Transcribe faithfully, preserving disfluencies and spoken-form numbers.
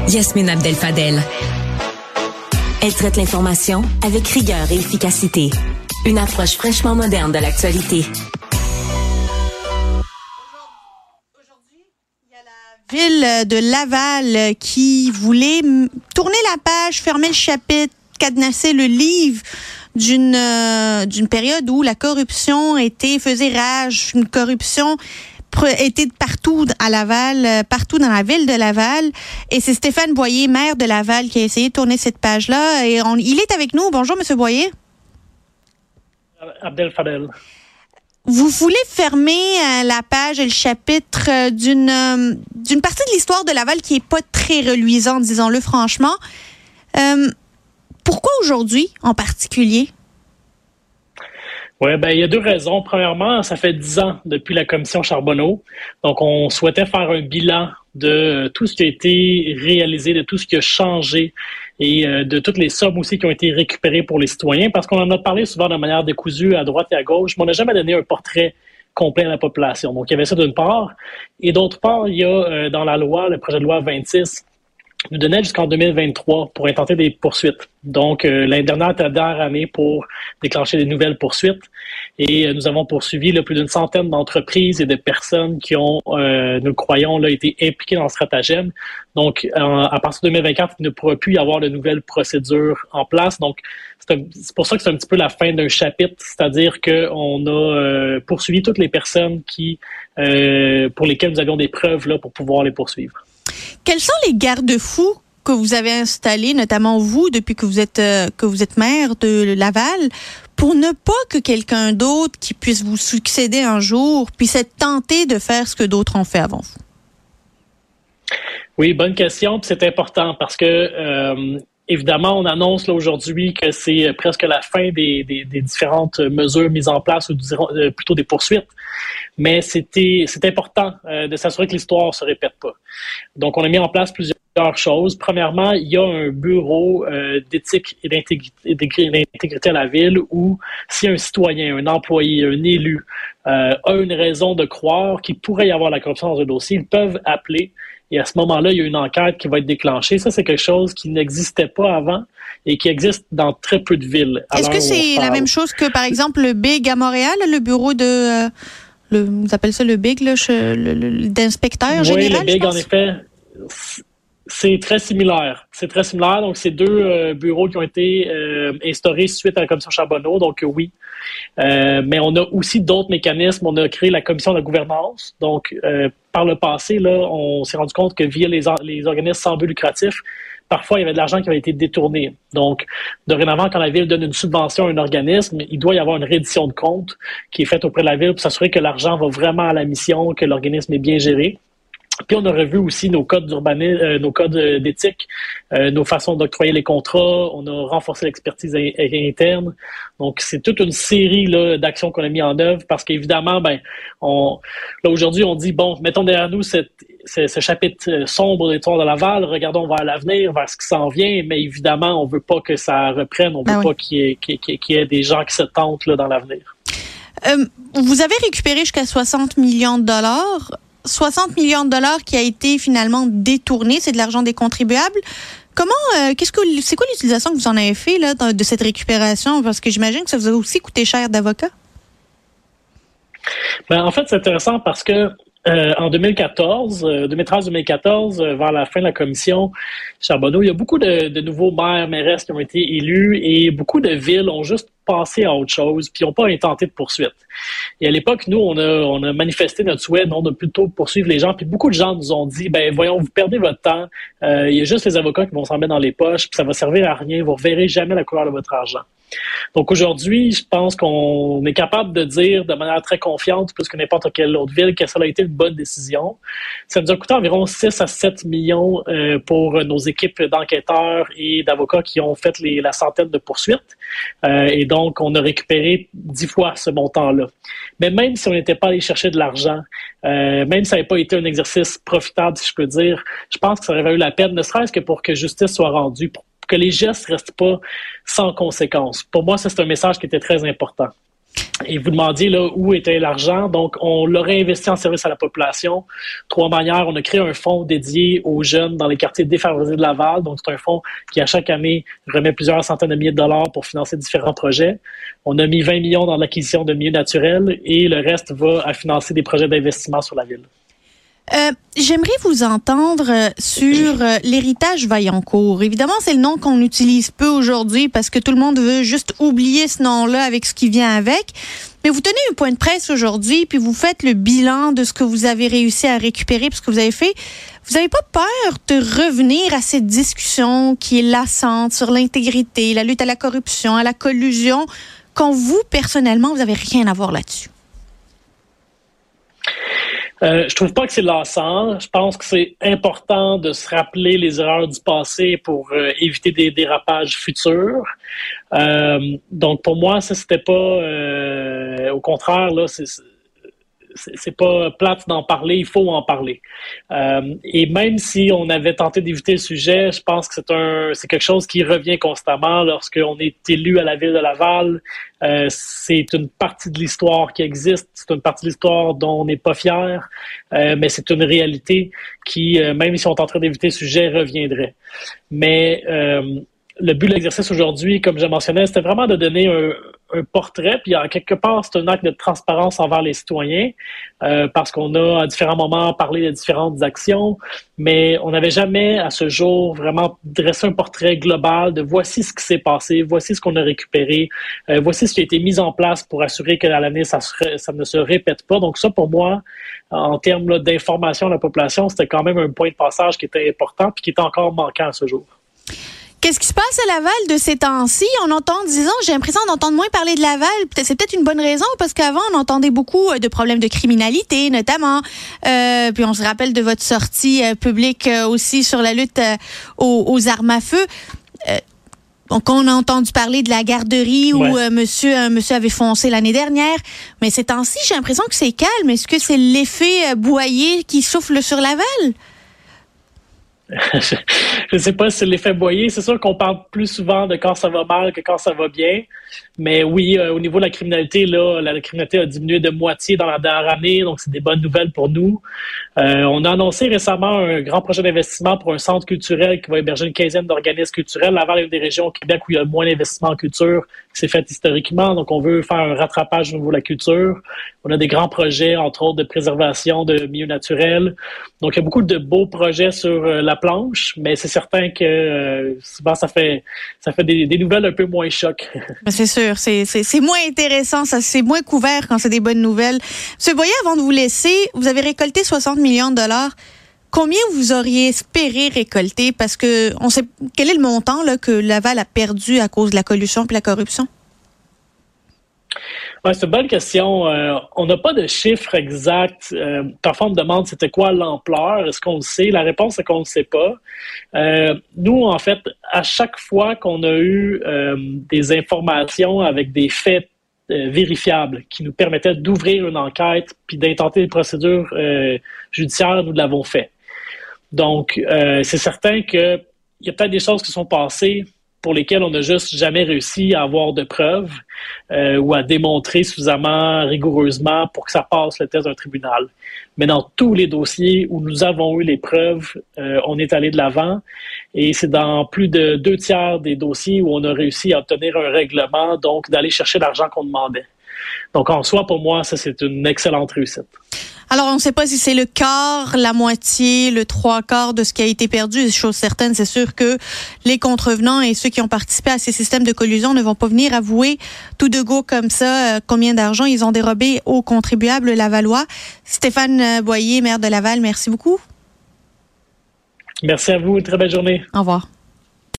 Yasmine Abdel-Fadel. Elle traite l'information avec rigueur et efficacité. Une approche fraîchement moderne de l'actualité. Ville de Laval qui voulait tourner la page, fermer le chapitre, cadenasser le livre d'une euh, d'une période où la corruption était faisait rage, une corruption était partout à Laval, partout dans la ville de Laval. Et c'est Stéphane Boyer, maire de Laval, qui a essayé de tourner cette page-là. Et on, il est avec nous. Bonjour, Monsieur Boyer. Abdel Fadel. Vous voulez fermer euh, la page et le chapitre euh, d'une euh, d'une partie de l'histoire de Laval qui est pas très reluisante, disons-le franchement. Euh, pourquoi aujourd'hui, en particulier? Oui, ben il y a deux raisons. Premièrement, ça fait dix ans depuis la commission Charbonneau. Donc, on souhaitait faire un bilan de tout ce qui a été réalisé, de tout ce qui a changé et euh, de toutes les sommes aussi qui ont été récupérées pour les citoyens, parce qu'on en a parlé souvent de manière décousue à droite et à gauche, mais on n'a jamais donné un portrait complet à la population. Donc, il y avait ça d'une part. Et d'autre part, il y a euh, dans la loi, le projet de loi vingt-six, nous donnait jusqu'en deux mille vingt-trois pour intenter des poursuites. Donc, euh, l'année dernière était la dernière année pour déclencher des nouvelles poursuites. Et euh, nous avons poursuivi là, plus d'une centaine d'entreprises et de personnes qui ont, euh, nous le croyons, là, été impliquées dans le stratagème. Donc, euh, à partir de deux mille vingt-quatre, il ne pourra plus y avoir de nouvelles procédures en place. Donc, c'est, un, c'est pour ça que c'est un petit peu la fin d'un chapitre, c'est-à-dire qu'on a euh, poursuivi toutes les personnes qui, euh, pour lesquelles nous avions des preuves là, pour pouvoir les poursuivre. Quels sont les garde-fous que vous avez installés, notamment vous, depuis que vous êtes euh, que vous êtes maire de Laval, pour ne pas que quelqu'un d'autre qui puisse vous succéder un jour puisse être tenté de faire ce que d'autres ont fait avant vous? Oui, bonne question. Puis c'est important parce que euh, évidemment, on annonce là aujourd'hui que c'est presque la fin des, des, des différentes mesures mises en place ou euh, plutôt des poursuites. Mais c'était c'est important euh, de s'assurer que l'histoire ne se répète pas. Donc, on a mis en place plusieurs choses. Premièrement, il y a un bureau euh, d'éthique et d'intégrité, d'intégrité à la ville où si un citoyen, un employé, un élu euh, a une raison de croire qu'il pourrait y avoir la corruption dans un dossier, ils peuvent appeler. Et à ce moment-là, il y a une enquête qui va être déclenchée. Ça, c'est quelque chose qui n'existait pas avant et qui existe dans très peu de villes. Est-ce que c'est la même chose que, par exemple, le B I G à Montréal, le bureau de... Euh, le, vous appelez ça le B I G, là, le, le, d'inspecteur oui, général, le B I G, en effet, c'est très similaire. C'est très similaire. Donc, c'est deux euh, bureaux qui ont été euh, instaurés suite à la commission Charbonneau. Donc, euh, oui. Euh, mais on a aussi d'autres mécanismes. On a créé la commission de gouvernance. Donc, euh, par le passé, là, on s'est rendu compte que via les, les organismes sans but lucratif, parfois, il y avait de l'argent qui avait été détourné. Donc, dorénavant, quand la Ville donne une subvention à un organisme, il doit y avoir une reddition de compte qui est faite auprès de la Ville pour s'assurer que l'argent va vraiment à la mission, que l'organisme est bien géré. Puis on a revu aussi nos codes d'urbanisme, euh, nos codes d'éthique, euh, nos façons d'octroyer les contrats. On a renforcé l'expertise in- interne. Donc c'est toute une série là d'actions qu'on a mis en œuvre parce qu'évidemment, ben, on là aujourd'hui on dit bon, mettons derrière nous cette, ce, ce chapitre sombre de l'histoire de Laval. Regardons vers l'avenir, vers ce qui s'en vient. Mais évidemment, on veut pas que ça reprenne. On veut ah oui. pas qu'il y ait, qu'il y ait, qu'il y ait des gens qui se tentent là dans l'avenir. Euh, vous avez récupéré jusqu'à soixante millions de dollars. soixante millions de dollars qui a été finalement détourné, c'est de l'argent des contribuables. Comment, euh, qu'est-ce que, c'est quoi l'utilisation que vous en avez fait là de cette récupération? Parce que j'imagine que ça vous a aussi coûté cher d'avocat. Ben, en fait, c'est intéressant parce que euh, en deux mille quatorze, euh, deux mille treize deux mille quatorze, euh, vers la fin de la commission Charbonneau, il y a beaucoup de, de nouveaux maires, mairesses qui ont été élus et beaucoup de villes ont juste passé à autre chose puis n'ont pas intenté de poursuite. Et à l'époque, nous, on a, on a manifesté notre souhait non, de plutôt poursuivre les gens. Puis beaucoup de gens nous ont dit, ben voyons, vous perdez votre temps. Euh, il y a juste les avocats qui vont s'en mettre dans les poches puis ça va servir à rien. Vous ne reverrez jamais la couleur de votre argent. Donc aujourd'hui, je pense qu'on est capable de dire de manière très confiante, plus que n'importe quelle autre ville, que ça a été une bonne décision. Ça nous a coûté environ six à sept millions euh, pour nos équipes d'enquêteurs et d'avocats qui ont fait les, la centaine de poursuites. Euh, et donc, on a récupéré dix fois ce montant-là. Mais même si on n'était pas allé chercher de l'argent, euh, même si ça n'avait pas été un exercice profitable, si je peux dire, je pense que ça aurait valu la peine, ne serait-ce que pour que justice soit rendue, pour que les gestes ne restent pas sans conséquences. Pour moi, ça, c'est un message qui était très important. Et vous demandiez là où était l'argent. Donc, on l'aurait investi en service à la population. Trois manières. On a créé un fonds dédié aux jeunes dans les quartiers défavorisés de Laval. Donc, c'est un fonds qui, à chaque année, remet plusieurs centaines de milliers de dollars pour financer différents projets. On a mis vingt millions dans l'acquisition de milieux naturels et le reste va à financer des projets d'investissement sur la ville. Euh, j'aimerais vous entendre sur euh, l'héritage Vaillancourt. Évidemment, c'est le nom qu'on utilise peu aujourd'hui parce que tout le monde veut juste oublier ce nom-là avec ce qui vient avec. Mais vous tenez un point de presse aujourd'hui, puis vous faites le bilan de ce que vous avez réussi à récupérer, puis ce que vous avez fait. Vous n'avez pas peur de revenir à cette discussion qui est lassante sur l'intégrité, la lutte à la corruption, à la collusion, quand vous, personnellement, vous n'avez rien à voir là-dessus? Euh, je trouve pas que c'est lassant. Je pense que c'est important de se rappeler les erreurs du passé pour euh, éviter des dérapages futurs. Euh, donc pour moi, ça c'était pas, euh, au contraire là, c'est c'est, c'est pas plate d'en parler, il faut en parler. Euh, et même si on avait tenté d'éviter le sujet, je pense que c'est un, c'est quelque chose qui revient constamment lorsqu'on est élu à la ville de Laval. Euh, c'est une partie de l'histoire qui existe, c'est une partie de l'histoire dont on n'est pas fier, euh, mais c'est une réalité qui, euh, même si on est en train d'éviter le sujet, reviendrait. Mais euh, le but de l'exercice aujourd'hui, comme je mentionnais, c'était vraiment de donner un, un portrait, puis en quelque part, c'est un acte de transparence envers les citoyens, euh, parce qu'on a à différents moments parlé de différentes actions, mais on n'avait jamais à ce jour vraiment dressé un portrait global de voici ce qui s'est passé, voici ce qu'on a récupéré, euh, voici ce qui a été mis en place pour assurer que à l'année, ça, se, ça ne se répète pas. Donc ça, pour moi, en termes là, d'information à la population, c'était quand même un point de passage qui était important puis qui était encore manquant à ce jour. Qu'est-ce qui se passe à Laval de ces temps-ci? On entend, disons, j'ai l'impression d'entendre moins parler de Laval. C'est peut-être une bonne raison, parce qu'avant, on entendait beaucoup de problèmes de criminalité, notamment. Euh, puis on se rappelle de votre sortie euh, publique euh, aussi sur la lutte euh, aux, aux armes à feu. Euh, donc, on a entendu parler de la garderie où ouais. euh, monsieur, euh, monsieur avait foncé l'année dernière. Mais ces temps-ci, j'ai l'impression que c'est calme. Est-ce que c'est l'effet euh, Boyer qui souffle sur Laval? Je ne sais pas si c'est l'effet Boyer. C'est sûr qu'on parle plus souvent de quand ça va mal que quand ça va bien. Mais oui, euh, au niveau de la criminalité, là, la criminalité a diminué de moitié dans la dernière année, donc c'est des bonnes nouvelles pour nous. Euh, on a annoncé récemment un grand projet d'investissement pour un centre culturel qui va héberger une quinzaine d'organismes culturels. Laval est une des régions au Québec où il y a moins d'investissement en culture qui s'est fait historiquement, donc on veut faire un rattrapage au niveau de la culture. On a des grands projets, entre autres, de préservation de milieux naturels. Donc, il y a beaucoup de beaux projets sur euh, la planche, mais c'est certain que euh, souvent, ça fait ça fait des, des nouvelles un peu moins choc. C'est sûr, c'est, c'est, c'est moins intéressant, ça, c'est moins couvert quand c'est des bonnes nouvelles. Monsieur Boyer, avant de vous laisser, vous avez récolté soixante millions de dollars. Combien vous auriez espéré récolter? Parce que on sait quel est le montant là, que Laval a perdu à cause de la collusion et la corruption? Ouais, c'est une bonne question. Euh, on n'a pas de chiffre exact. Euh, parfois, on me demande c'était quoi l'ampleur. Est-ce qu'on le sait? La réponse est qu'on ne le sait pas. Euh, nous, en fait, à chaque fois qu'on a eu euh, des informations avec des faits euh, vérifiables qui nous permettaient d'ouvrir une enquête puis d'intenter des procédures euh, judiciaires, nous l'avons fait. Donc, euh, c'est certain qu'il y a peut-être des choses qui sont passées pour lesquels on n'a juste jamais réussi à avoir de preuves euh, ou à démontrer suffisamment rigoureusement pour que ça passe le test d'un tribunal. Mais dans tous les dossiers où nous avons eu les preuves, euh, on est allé de l'avant et c'est dans plus de deux tiers des dossiers où on a réussi à obtenir un règlement, donc d'aller chercher l'argent qu'on demandait. Donc en soi, pour moi, ça c'est une excellente réussite. Alors, on ne sait pas si c'est le quart, la moitié, le trois quarts de ce qui a été perdu. Chose certaine, c'est sûr que les contrevenants et ceux qui ont participé à ces systèmes de collusion ne vont pas venir avouer tout de go comme ça euh, combien d'argent ils ont dérobé aux contribuables lavallois. Stéphane Boyer, maire de Laval, merci beaucoup. Merci à vous. Très belle journée. Au revoir.